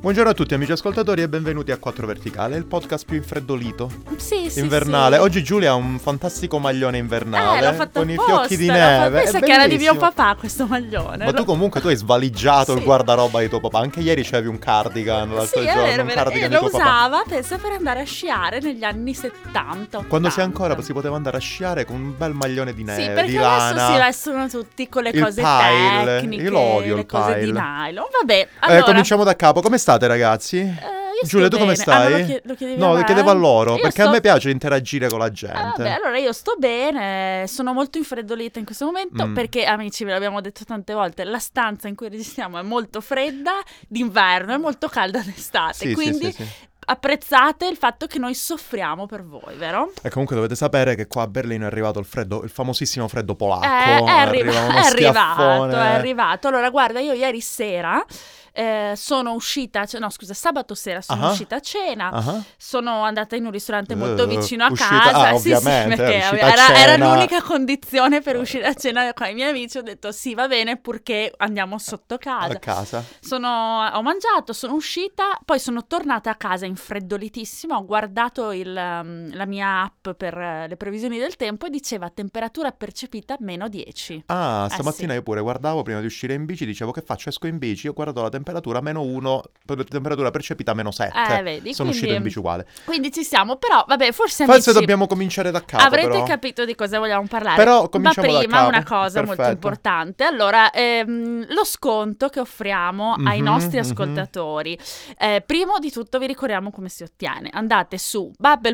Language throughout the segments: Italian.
Buongiorno a tutti amici ascoltatori e benvenuti a 4 Verticale, il podcast più infreddolito invernale. Sì. Oggi Giulia ha un fantastico maglione invernale l'ho fatto con apposta, i fiocchi di neve. Pensa che era di mio papà questo maglione. Ma tu comunque tu hai svaligiato Sì. il guardaroba di tuo papà. Anche ieri c'avevi un cardigan l'altro Sì, giorno, è vero, un è cardigan vero. di E tuo lo papà. usava, pensa, per andare a sciare negli anni 70, 80. Quando si ancora si poteva andare a sciare con un bel maglione di neve, Sì, perché di adesso lana. si vestono tutti con le Il cose pile, tecniche, io lo odio, le il cose di pile. nylon. Vabbè, allora Cominciamo da capo. Come state ragazzi? io Giulia, sto tu come bene. stai? Lo chiedevi No, a lo me? chiedevo a loro, Io perché a me piace interagire con la gente. Vabbè, allora io sto bene, sono molto infreddolita in questo momento perché, amici, ve l'abbiamo detto tante volte, la stanza in cui registriamo è molto fredda d'inverno, è molto calda d'estate, Sì, quindi sì. apprezzate il fatto che noi soffriamo per voi, vero? E comunque dovete sapere che qua a Berlino è arrivato il freddo, il famosissimo freddo polacco. È Arriva arrivato. Allora, guarda, io ieri sera sono uscita, sabato sera sono uscita a cena, sono andata in un ristorante molto vicino a casa. Sì, ovviamente, perché uscita a cena. era l'unica condizione per uscire a cena con i miei amici. Ho detto sì, va bene, purché andiamo sotto casa. A casa. Ho mangiato, sono uscita, poi sono tornata a casa infreddolitissima, ho guardato la mia app per le previsioni del tempo e diceva temperatura percepita -10. Stamattina sì. io pure guardavo prima di uscire in bici, dicevo che faccio, esco in bici, ho guardato la temperatura -1, temperatura percepita -7. Vedi, sono uscito in bici uguale. Quindi ci siamo, però vabbè, forse dobbiamo cominciare da capo. avrete però. capito di cosa vogliamo parlare. Però cominciamo Ma da prima capo. una cosa molto importante. Allora, lo sconto che offriamo ai nostri ascoltatori. Primo di tutto vi ricordiamo come si ottiene. Andate su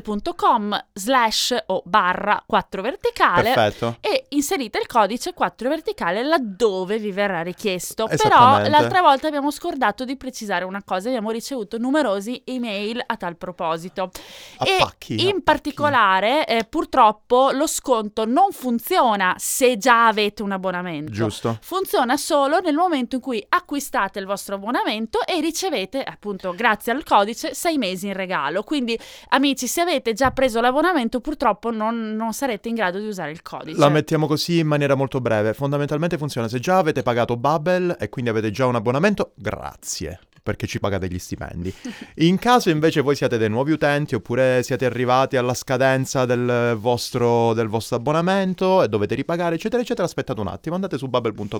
babbel.com/4verticale Perfetto. e inserite il codice 4verticale laddove vi verrà richiesto. Però Esattamente. l'altra volta abbiamo scordato di precisare una cosa, abbiamo ricevuto numerosi email a tal proposito. In particolare, purtroppo lo sconto non funziona se già avete un abbonamento. Giusto. Funziona solo nel momento in cui acquistate il vostro abbonamento e ricevete, appunto, grazie al codice, 6 mesi in regalo. Quindi, amici, se avete già preso l'abbonamento, purtroppo non sarete in grado di usare il codice. La mettiamo così in maniera molto breve. Fondamentalmente funziona se già avete pagato Babbel e quindi avete già un abbonamento, grazie, perché ci pagate gli stipendi. In caso invece voi siate dei nuovi utenti oppure siete arrivati alla scadenza del vostro abbonamento e dovete ripagare, eccetera, eccetera, aspettate un attimo, andate su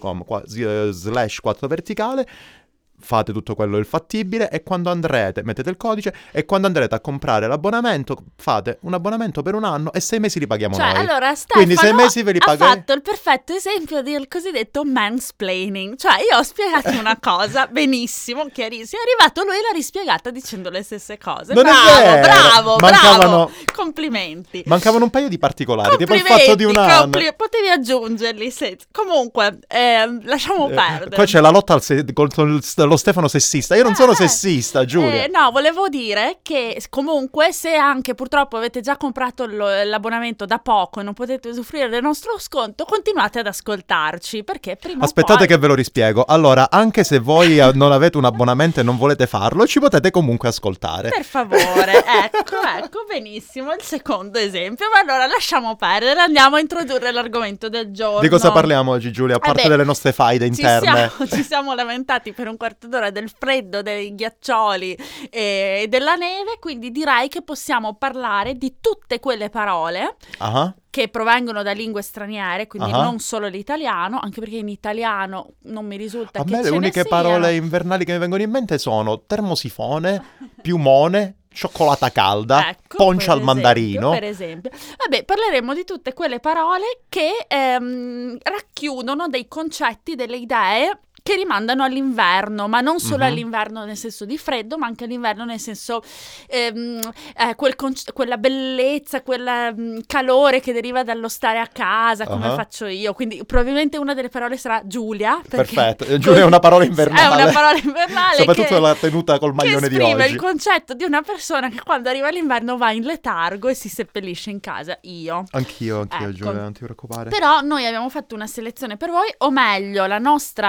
babbel.com/4verticale, fate tutto quello il fattibile e quando andrete, mettete il codice e quando andrete a comprare l'abbonamento fate un abbonamento per un anno e 6 mesi li paghiamo noi. Allora Stefano quindi 6 mesi ve li ha pagate. fatto il perfetto esempio del cosiddetto mansplaining. Cioè io ho spiegato una cosa benissimo, chiarissimo, è arrivato lui e l'ha rispiegata dicendo le stesse cose. Non è vero. Bravo, complimenti. Mancavano un paio di particolari, tipo il fatto di un anno. Potevi aggiungerli. Comunque, lasciamo perdere. Poi c'è la lotta con lo Stefano sessista. Io non sono sessista, Giulia. No, volevo dire che comunque se anche purtroppo avete già comprato l'abbonamento da poco e non potete usufruire del nostro sconto, continuate ad ascoltarci perché prima Aspettate o poi... che ve lo rispiego. Allora, anche se voi non avete un abbonamento e non volete farlo, ci potete comunque ascoltare. Per favore, ecco, benissimo, il secondo esempio. Ma allora lasciamo perdere, andiamo a introdurre l'argomento del giorno. Di cosa parliamo oggi, Giulia? A parte delle nostre faide interne. Ci siamo lamentati per un quarto d'ora del freddo, dei ghiaccioli e della neve, quindi direi che possiamo parlare di tutte quelle parole che provengono da lingue straniere, quindi non solo l'italiano, anche perché in italiano non mi risulta che ce ne siano. A me le uniche parole invernali che mi vengono in mente sono termosifone, piumone, cioccolata calda, poncia al mandarino. Per esempio. Vabbè, parleremo di tutte quelle parole che racchiudono dei concetti, delle idee che rimandano all'inverno, ma non solo all'inverno nel senso di freddo, ma anche all'inverno nel senso quella bellezza, quel calore che deriva dallo stare a casa, come faccio io. Quindi probabilmente una delle parole sarà Giulia. Perfetto, Giulia è una parola invernale. È una parola invernale. Soprattutto la tenuta col maglione di oggi. Che esprime il concetto di una persona che quando arriva l'inverno va in letargo e si seppellisce in casa. Anch'io, Giulia, non ti preoccupare. Però noi abbiamo fatto una selezione per voi, o meglio, la nostra Mari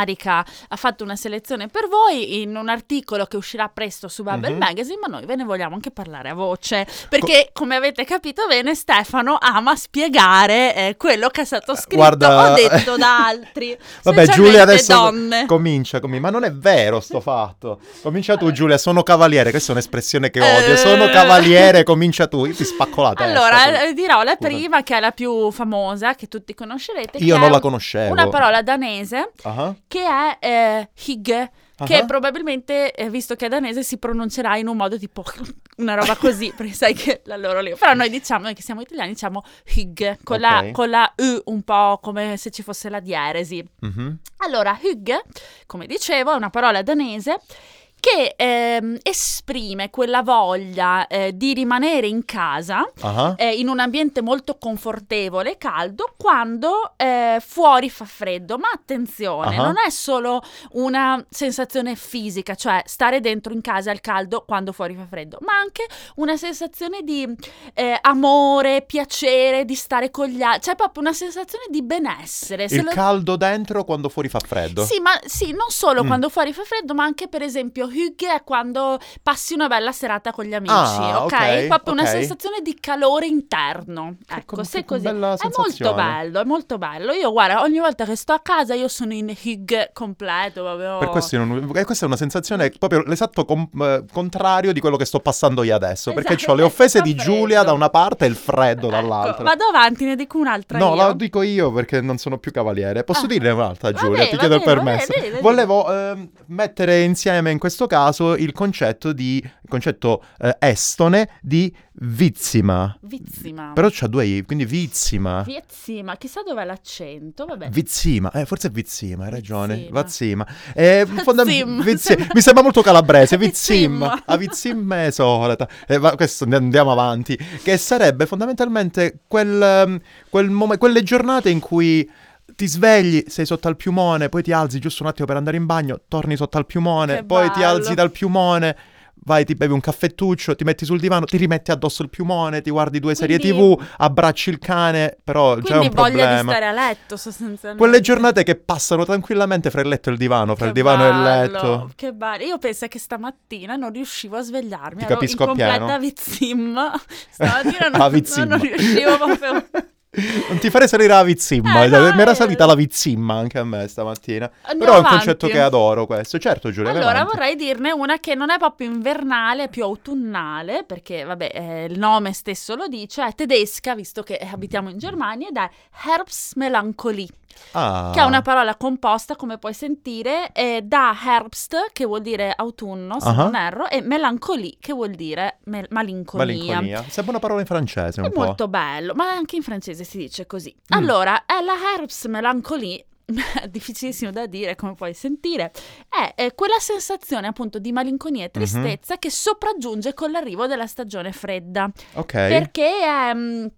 Carica ha fatto una selezione per voi in un articolo che uscirà presto su Bubble Magazine, ma noi ve ne vogliamo anche parlare a voce, perché come avete capito bene Stefano ama spiegare quello che è stato scritto o detto da altri. Vabbè, Giulia adesso donne. comincia, ma non è vero sto fatto. Comincia tu, Giulia, sono cavaliere, questa è un'espressione che odio, sono cavaliere, comincia tu, io ti spacco la testa. Allora, dirò la prima, che è la più famosa, che tutti conoscerete. Io non la conoscevo. Una parola danese che è hygge, che probabilmente, visto che è danese, si pronuncerà in un modo tipo una roba così, perché sai che la loro lingua. Però noi che siamo italiani, diciamo hygge, con la U, un po' come se ci fosse la dieresi. Allora, hygge, come dicevo, è una parola danese che esprime quella voglia di rimanere in casa in un ambiente molto confortevole e caldo quando fuori fa freddo. Ma attenzione, non è solo una sensazione fisica, cioè stare dentro in casa al caldo quando fuori fa freddo, ma anche una sensazione di amore, piacere, di stare con gli altri, cioè proprio una sensazione di benessere. Caldo dentro quando fuori fa freddo. Sì, non solo quando fuori fa freddo, ma anche per esempio hygge è quando passi una bella serata con gli amici, ok? Proprio una sensazione di calore interno. Ecco, se così. È molto bello. Io, guarda, ogni volta che sto a casa io sono in hygge completo. Proprio. Per questo questa è una sensazione proprio l'esatto contrario di quello che sto passando io adesso, perché ho le offese di Giulia da una parte e il freddo dall'altra. Vado avanti, ne dico un'altra io. No, la dico io perché non sono più cavaliere. Posso dirne un'altra, Giulia? Ti chiedo il permesso. Volevo mettere insieme in questo caso il concetto estone di vizima. Però c'ha due i, quindi vizima. Chissà dov'è l'accento, vabbè. Vizima, forse è vizima, hai ragione. Vazzima. Mi sembra molto calabrese, vizim. A vizimme solita. Questo andiamo avanti. Che sarebbe fondamentalmente quelle giornate in cui ti svegli, sei sotto al piumone, poi ti alzi giusto un attimo per andare in bagno, torni sotto al piumone, poi ti alzi dal piumone, vai, ti bevi un caffettuccio, ti metti sul divano, ti rimetti addosso il piumone, ti guardi due serie TV, abbracci il cane, però c'è un problema. Quindi voglia di stare a letto sostanzialmente. Quelle giornate che passano tranquillamente fra il letto e il divano, fra il divano e il letto. Che bello. Io penso che stamattina non riuscivo a svegliarmi, ti capisco ero in completa vizzimma. Stamattina non riuscivo proprio. Non ti farei salire la vizzimma, mi era salita la vizzimma anche a me stamattina. Però è un concetto che adoro questo. Certo, Giulia. Allora vorrei dirne una che non è proprio invernale, è più autunnale, perché vabbè il nome stesso lo dice, è tedesca, visto che abitiamo in Germania, ed è Herbstmelancholie. Che è una parola composta, come puoi sentire, da Herbst, che vuol dire autunno, se non erro, e Melancolie, che vuol dire malinconia. Sembra una parola in francese un po'. È molto bello, ma anche in francese si dice così. Allora, è la Herbstmelancholie, difficilissimo da dire, come puoi sentire, è quella sensazione appunto di malinconia e tristezza che sopraggiunge con l'arrivo della stagione fredda. Perché è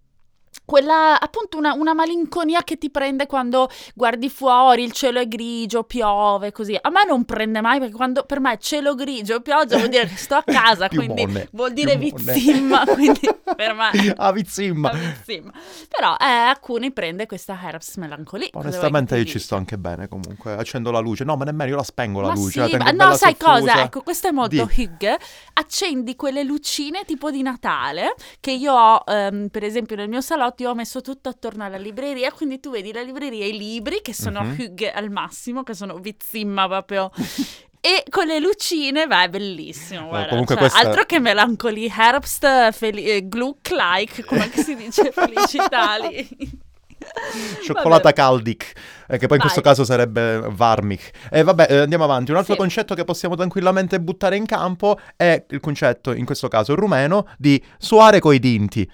quella appunto una malinconia che ti prende quando guardi fuori, il cielo è grigio, piove, così. A me non prende mai, perché quando per me cielo grigio, pioggia vuol dire che sto a casa, quindi vuol dire vizzimma, quindi per me vizzimma. Però a alcuni prende questa Herbstmelancholie. Onestamente io ci sto anche bene comunque, accendo la luce, no ma nemmeno io la spengo la luce. Sì, no, sai cosa? Ecco, questo è molto hygge. Accendi quelle lucine tipo di Natale che io ho per esempio nel mio salotto. Io ho messo tutto attorno alla libreria, quindi tu vedi la libreria e i libri che sono hygge al massimo, che sono vizzimma proprio. E con le lucine, è bellissimo, guarda, comunque questa... altro che Melancholie, Herbst, Gluck-like, come si dice, felicità lì. Cioccolata Kaldik, che poi in questo caso sarebbe Varmich. E andiamo avanti. Un altro concetto che possiamo tranquillamente buttare in campo è il concetto, in questo caso rumeno, di suare coi dinti.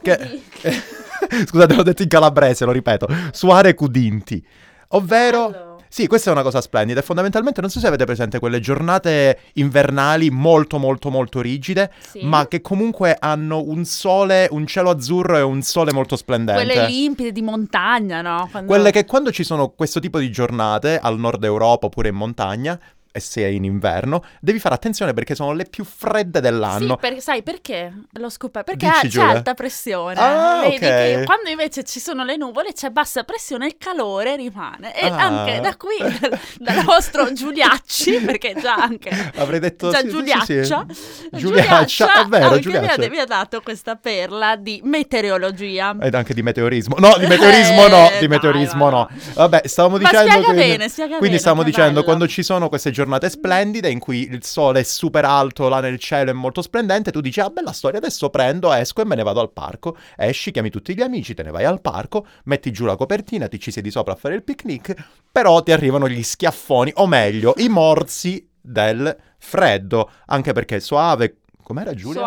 Scusate, l'ho detto in calabrese, lo ripeto. Suare cudinti. Ovvero... Sì, questa è una cosa splendida e fondamentalmente non so se avete presente quelle giornate invernali molto molto molto rigide, ma che comunque hanno un sole, un cielo azzurro e un sole molto splendente. Quelle limpide di montagna, no? Quelle che quando ci sono questo tipo di giornate al nord Europa oppure in montagna, e sei in inverno, devi fare attenzione perché sono le più fredde dell'anno. Sì, sai perché? L'ho scoperto. Perché Dici, c'è Giulia? alta pressione. Vedi che quando invece ci sono le nuvole c'è bassa pressione, il calore rimane. E anche da qui, dal vostro Giuliacci, perché già anche... Avrei detto già sì, Giuliaccia. Sì. Giuliaccia, è vero, Giuliaccia. Mi ha dato questa perla di meteorologia. Ed anche di meteorismo. No, di meteorismo no. Vabbè, stavamo dicendo... Spiega bene. Quindi stavamo dicendo, quando ci sono queste giornate splendide in cui il sole è super alto, là nel cielo è molto splendente, tu dici, bella storia, adesso esco e me ne vado al parco. Esci, chiami tutti gli amici, te ne vai al parco, metti giù la copertina, ti ci siedi sopra a fare il picnic, però ti arrivano gli schiaffoni, o meglio, i morsi del freddo, anche perché soave... Com'era, Giulia?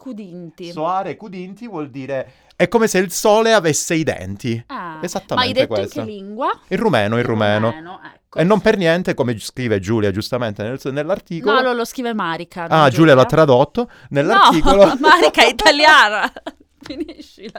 Soare cudinti vuol dire... È come se il sole avesse i denti. Esattamente. Ma hai detto questo. in che lingua? Il rumeno. Ecco. E non per niente, come scrive Giulia giustamente nell'articolo... No, lo scrive Marica. Giulia l'ha tradotto nell'articolo. No, Marica è italiana. Finiscila.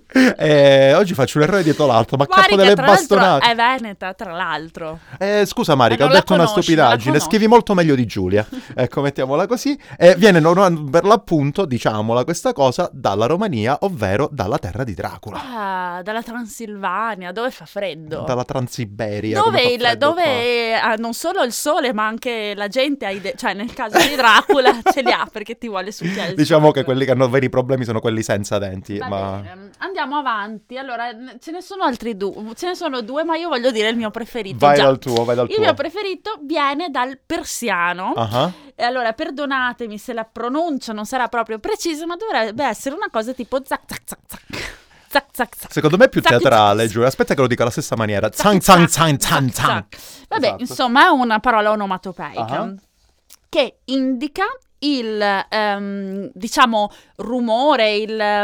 Oggi faccio un errore dietro l'altro, ma Marica, capo delle bastonate. È veneta, tra l'altro. Scusa Marica, ho detto una stupidaggine, scrivi molto meglio di Giulia. Ecco, mettiamola così. Viene per l'appunto, diciamola questa cosa, dalla Romania, ovvero dalla terra di Dracula. Dalla Transilvania, dove fa freddo. Dalla Transiberia. Dove non solo il sole, ma anche la gente, cioè nel caso di Dracula ce li ha perché ti vuole succhiare. Diciamo che quelli che hanno veri problemi sono quelli senza denti. Bene. Andiamo avanti. Allora, ce ne sono altri due. Ce ne sono due, ma io voglio dire il mio preferito. Vai dal tuo. Il mio preferito viene dal persiano. E allora, perdonatemi se la pronuncia non sarà proprio precisa, ma dovrebbe essere una cosa tipo zac zac zac zac. Zac, zac, zac. Secondo me è più teatrale, Giulia. Aspetta che lo dica alla stessa maniera. Zang, zang, zang, zang, zang. Vabbè, esatto. Insomma, è una parola onomatopeica che indica il diciamo rumore,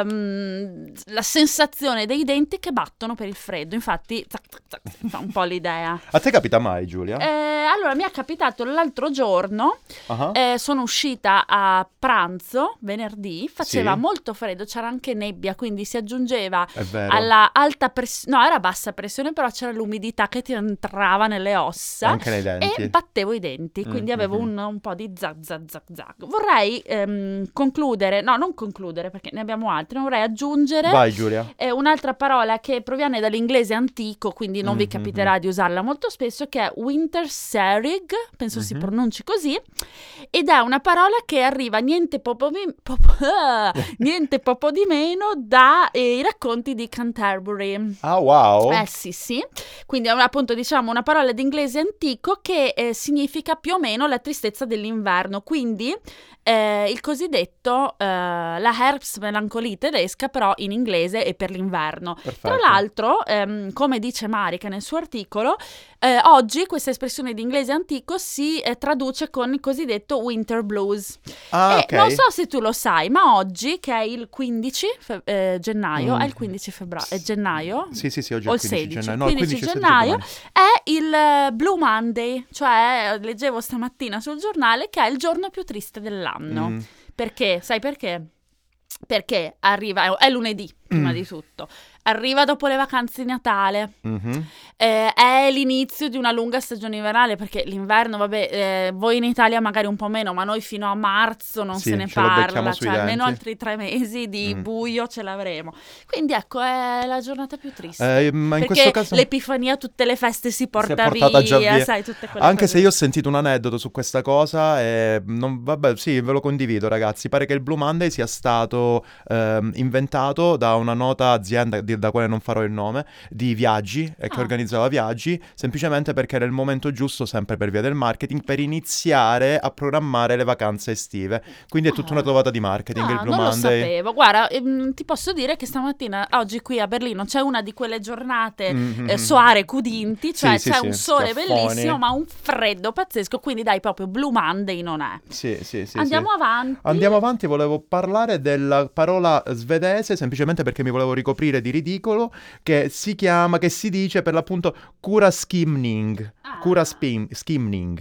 la sensazione dei denti che battono per il freddo. Infatti zac, zac, zac, fa un po' l'idea. A te capita mai, Giulia? Allora mi è capitato l'altro giorno. Sono uscita a pranzo venerdì, faceva molto freddo, c'era anche nebbia, quindi si aggiungeva alla alta pressione, no, era bassa pressione, però c'era l'umidità che ti entrava nelle ossa, anche nei denti, e battevo i denti, quindi avevo un po' di zac zac zac zac. Vorrei concludere, no, non concludere perché ne abbiamo altre, vorrei aggiungere. Vai, Giulia. Un'altra parola che proviene dall'inglese antico, quindi non vi capiterà di usarla molto spesso, che è winterserig, penso si pronunci così, ed è una parola che arriva niente poco di meno dai racconti di Canterbury. Wow! Sì. Quindi è appunto, diciamo, una parola d'inglese antico che significa più o meno la tristezza dell'inverno, quindi il cosiddetto la Herbstmelancholie tedesca, però in inglese e per l'inverno. Perfetto. Tra l'altro, come dice Marica nel suo articolo, oggi questa espressione di inglese antico si traduce con il cosiddetto winter blues. Non so se tu lo sai, ma oggi, che è il 15 gennaio, è il 15 gennaio? Sì, oggi è il 16 gennaio. No, il 15 gennaio è il Blue Monday, cioè leggevo stamattina sul giornale che è il giorno più triste dell'anno. Perché? Sai perché? Perché arriva, è lunedì prima di tutto, arriva dopo le vacanze di Natale, è l'inizio di una lunga stagione invernale, perché l'inverno, vabbè, voi in Italia magari un po' meno, ma noi fino a marzo non se ne parla, cioè almeno altri 3 mesi di buio ce l'avremo. Quindi ecco, è la giornata più triste, ma in perché questo caso l'Epifania, tutte le feste si porta via, sai, tutte quelle anche cose. Se io ho sentito un aneddoto su questa cosa e vabbè, sì, ve lo condivido, ragazzi. Pare che il Blue Monday sia stato inventato da una nota azienda da quale non farò il nome, di viaggi, che organizzava viaggi, semplicemente perché era il momento giusto, sempre per via del marketing, per iniziare a programmare le vacanze estive. Quindi è tutta una trovata di marketing, il Blue non Monday. Lo sapevo. Guarda, ti posso dire che stamattina, oggi qui a Berlino, c'è una di quelle giornate soare cudinti, cioè c'è un sole bellissimo, ma un freddo pazzesco, quindi dai, proprio Blue Monday non è. Sì. Andiamo avanti, volevo parlare della parola svedese, semplicemente perché mi volevo ricoprire di ridicolo, che si dice per l'appunto skimming.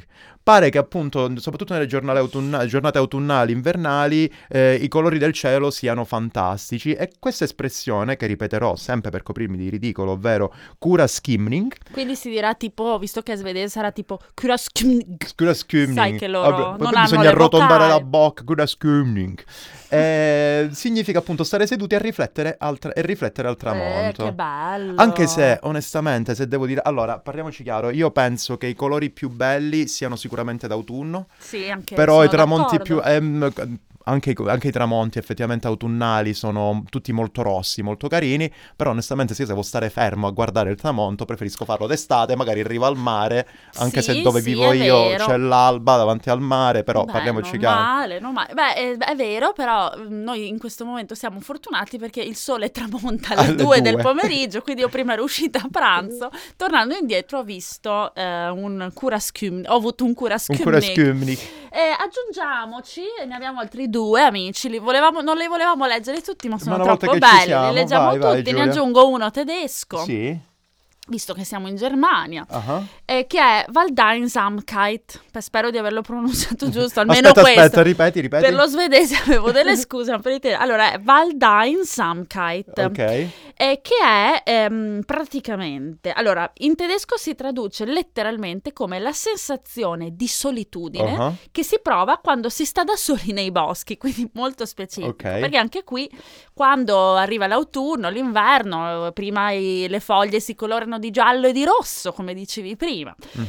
pare che appunto, soprattutto nelle giornate autunnali, invernali, i colori del cielo siano fantastici, e questa espressione, che ripeterò sempre per coprirmi di ridicolo, ovvero kuraskimning. Quindi si dirà tipo, visto che è svedese, sarà tipo kuraskimning. Sai che loro non hanno bisogna arrotondare la bocca, kuraskimning. Significa appunto stare seduti a riflettere al tramonto. Che bello. Anche se, onestamente, se devo dire... Allora, parliamoci chiaro, io penso che i colori più belli siano sicuramente d'autunno. Sì, anche però sono i tramonti d'accordo. più... Anche i tramonti effettivamente autunnali sono tutti molto rossi, molto carini, però onestamente se io devo stare fermo a guardare il tramonto preferisco farlo d'estate, magari in riva al mare, anche se dove vivo io vero. c'è l'alba davanti al mare, però parliamoci chiaro. Non male. Beh, è vero, però noi in questo momento siamo fortunati perché il sole tramonta alle 2 del pomeriggio, quindi io prima ero uscita a pranzo, tornando indietro ho visto ho avuto un kuraskymning. Aggiungiamoci, ne abbiamo altri 2 amici, non li volevamo leggere tutti, ma sono troppo belli, li leggiamo tutti, Giulia. ne aggiungo uno tedesco. Sì. Visto che siamo in Germania, che è Waldeinsamkeit. Spero di averlo pronunciato giusto, almeno aspetta, ripeti. Per lo svedese avevo delle scuse, ma per l'italiano. Allora, è Waldeinsamkeit, ok, che è praticamente... Allora, in tedesco si traduce letteralmente come la sensazione di solitudine che si prova quando si sta da soli nei boschi, quindi molto specifico. Perché anche qui, quando arriva l'autunno, l'inverno, prima le foglie si colorano di giallo e di rosso, come dicevi prima.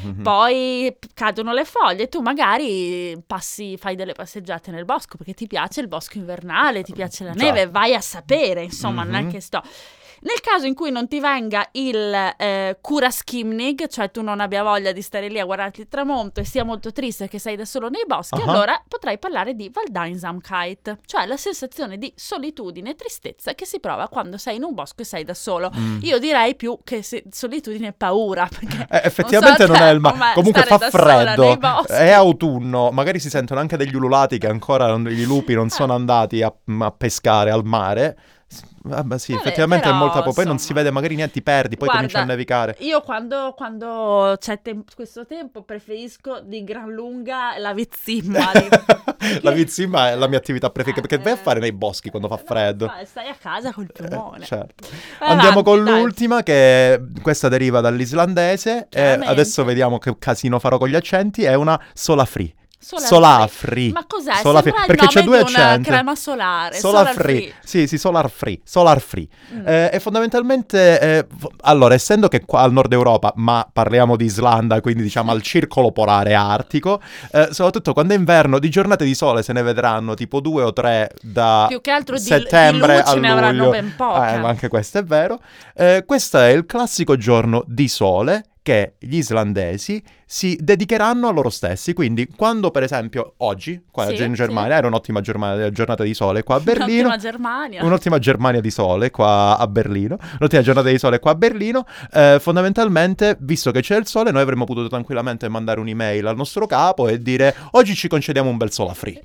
Poi cadono le foglie e tu magari fai delle passeggiate nel bosco perché ti piace il bosco invernale, ti piace la neve, vai a sapere, insomma, non è che sto... Nel caso in cui non ti venga il kuraskymning, cioè tu non abbia voglia di stare lì a guardarti il tramonto e sia molto triste che sei da solo nei boschi, allora potrai parlare di Waldeinsamkeit, cioè la sensazione di solitudine e tristezza che si prova quando sei in un bosco e sei da solo. Io direi più che solitudine e paura, perché effettivamente non è il comunque fa freddo, è autunno, magari si sentono anche degli ululati che ancora i lupi non sono andati a pescare al mare. Vabbè, sì, effettivamente però, è molta insomma, poi non si vede, magari niente, ti perdi, poi comincia a nevicare. Io quando c'è questo tempo preferisco di gran lunga la vizzimma. La vizzimma è la mia attività preferita, perché vai a fare nei boschi quando fa freddo? Stai a casa col piumone. Certo. Andiamo con l'ultima, che questa deriva dall'islandese, adesso vediamo che casino farò con gli accenti, è una Solafri. Solafri. Ma cos'è? Solafri. Sembra Perché il nome c'è due di una accenti. crema solare. Solafri. Sì, Solarfree. E fondamentalmente, allora, essendo che qua al nord Europa, ma parliamo di Islanda, quindi diciamo al circolo polare artico, soprattutto quando è inverno, di giornate di sole se ne vedranno tipo 2 o 3 da più che altro settembre di a luglio. ne avranno ben poche. Ma anche questo è vero. Questo è il classico giorno di sole che gli islandesi si dedicheranno a loro stessi. Quindi quando, per esempio, oggi qua in Germania era un'ottima giornata di sole qua a Berlino, un'ottima Germania di sole qua a Berlino, un'ottima giornata di sole qua a Berlino, fondamentalmente, visto che c'è il sole, noi avremmo potuto tranquillamente mandare un'email al nostro capo e dire: oggi ci concediamo un bel Solafree.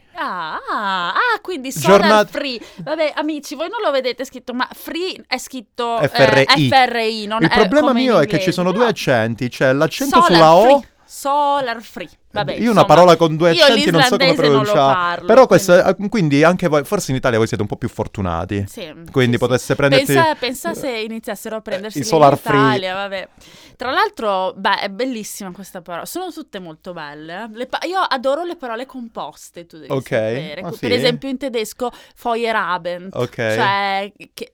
Quindi Solar Free. Vabbè, amici, voi non lo vedete scritto, ma free è scritto FRI, non il è problema come mio è che ci sono due accenti, c'è l'accento sulla O. Solar Free. Vabbè, io una parola con due accenti non so come pronunciare. Però questo, quindi anche voi, forse in Italia voi siete un po' più fortunati. Quindi poteste prendersi. Pensa se iniziassero a prendersi i Solar in Italia, vabbè. Tra l'altro, è bellissima questa parola. Sono tutte molto belle. Io adoro le parole composte, tu devi sapere. Per esempio in tedesco Feierabend. Cioè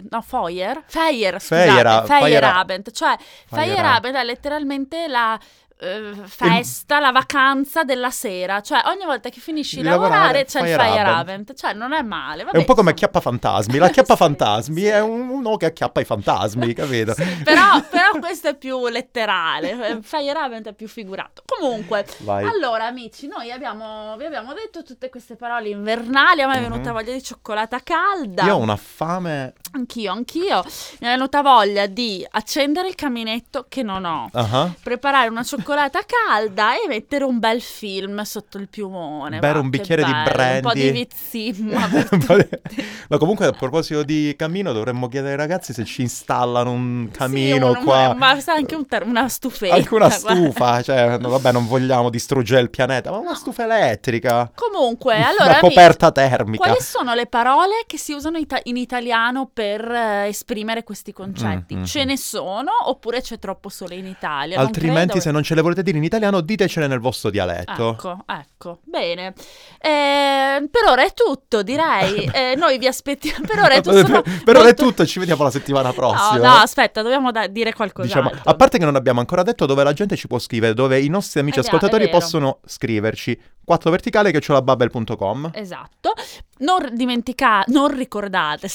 Feierabend. Cioè Feierabend è letteralmente la festa, la vacanza della sera, cioè ogni volta che finisci di lavorare c'è il Feierabend, cioè non è male. Vabbè, è un po' come Acchiappa Fantasmi, l'Acchiappa Fantasmi è uno che acchiappa i fantasmi, capito? Però questo è più letterale, Feierabend è più figurato. Comunque, allora amici, noi vi abbiamo detto tutte queste parole invernali, a me è venuta voglia di cioccolata calda. Io ho una fame. Anch'io. Mi è venuta voglia di accendere il caminetto che non ho, preparare una cioccolata cioccolata calda e mettere un bel film sotto il piumone. Bere un bicchiere di brandy. Un po' di vizzimma. Ma comunque, a proposito di camino, dovremmo chiedere ai ragazzi se ci installano un camino qua. Ma anche una stufetta. Anche una stufa, cioè, vabbè, non vogliamo distruggere il pianeta, ma una stufa elettrica. Comunque, allora, una coperta termica. Quali sono le parole che si usano in italiano per esprimere questi concetti? Ce ne sono oppure c'è troppo solo in Italia? Altrimenti, se non ce le volete dire in italiano, ditecele nel vostro dialetto. Ecco, bene. Per ora è tutto, direi. Noi vi aspettiamo. Per ora è tutto, ci vediamo la settimana prossima. No, aspetta, dobbiamo dire qualcos'altro. Diciamo, a parte che non abbiamo ancora detto dove la gente ci può scrivere, dove i nostri amici ascoltatori possono scriverci. 4verticale@bubble.com. Esatto. Non dimenticate. Non ricordate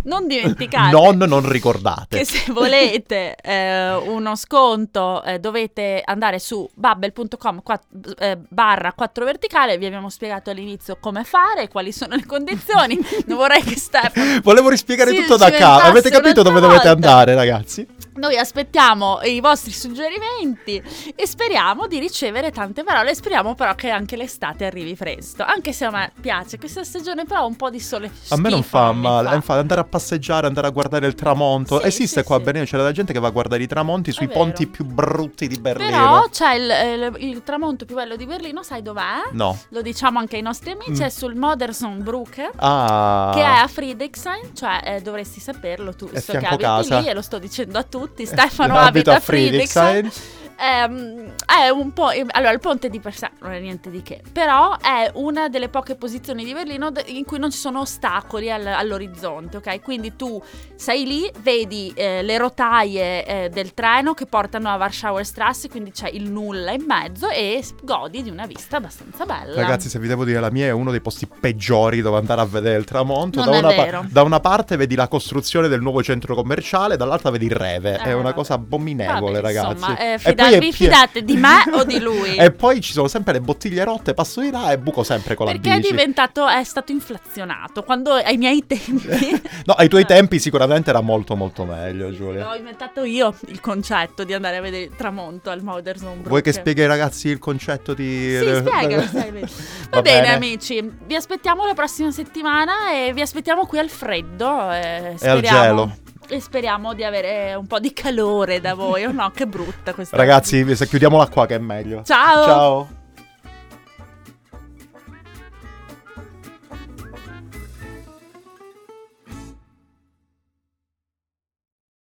che se volete uno sconto dovete andare su bubble.com /4verticale. Vi abbiamo spiegato all'inizio come fare, quali sono le condizioni. Non vorrei che Stefano volevo rispiegare tutto da capo. Avete capito dove dovete andare, ragazzi? Noi aspettiamo i vostri suggerimenti e speriamo di ricevere tante parole. Speriamo però che anche l'estate arrivi presto. Anche se a me piace questa stagione, però un po' di sole schifo. A me non fa male. Infatti, andare a passeggiare, andare a guardare il tramonto. Esiste qua a Berlino, c'è della gente che va a guardare i tramonti sui ponti più brutti di Berlino. Però c'è il tramonto più bello di Berlino, sai dov'è? No. Lo diciamo anche ai nostri amici, è sul Modersohnbrücke, che è a Friedrichshain, cioè dovresti saperlo tu, visto che abiti lì, e lo sto dicendo a tutti. Stefano abita a Friedrichshain. È un po'. Allora, il ponte di per sé non è niente di che, però è una delle poche posizioni di Berlino in cui non ci sono ostacoli all'orizzonte, ok? Quindi tu sei lì, vedi le rotaie del treno che portano a Warschauer Straße, quindi c'è il nulla in mezzo e godi di una vista abbastanza bella. Ragazzi, se vi devo dire la mia, è uno dei posti peggiori dove andare a vedere il tramonto. Non è vero. Da una parte vedi la costruzione del nuovo centro commerciale, dall'altra vedi il Reve. È una cosa abominevole, ragazzi. Insomma, vi fidate di me o di lui? E poi ci sono sempre le bottiglie rotte, passo di là e buco sempre con la bici. Perché è stato inflazionato. Quando ai miei tempi no, ai tuoi tempi sicuramente era molto molto meglio, Giulia. L'ho inventato io il concetto di andare a vedere il tramonto al Modersohnbrücke. Vuoi che spieghi ai ragazzi il concetto di... Sì, spiegalo. Va bene, amici, vi aspettiamo la prossima settimana e vi aspettiamo qui al freddo e al gelo. E speriamo di avere un po' di calore da voi. Oh no, che brutta questa. Ragazzi, se chiudiamola qua che è meglio. Ciao. Ciao.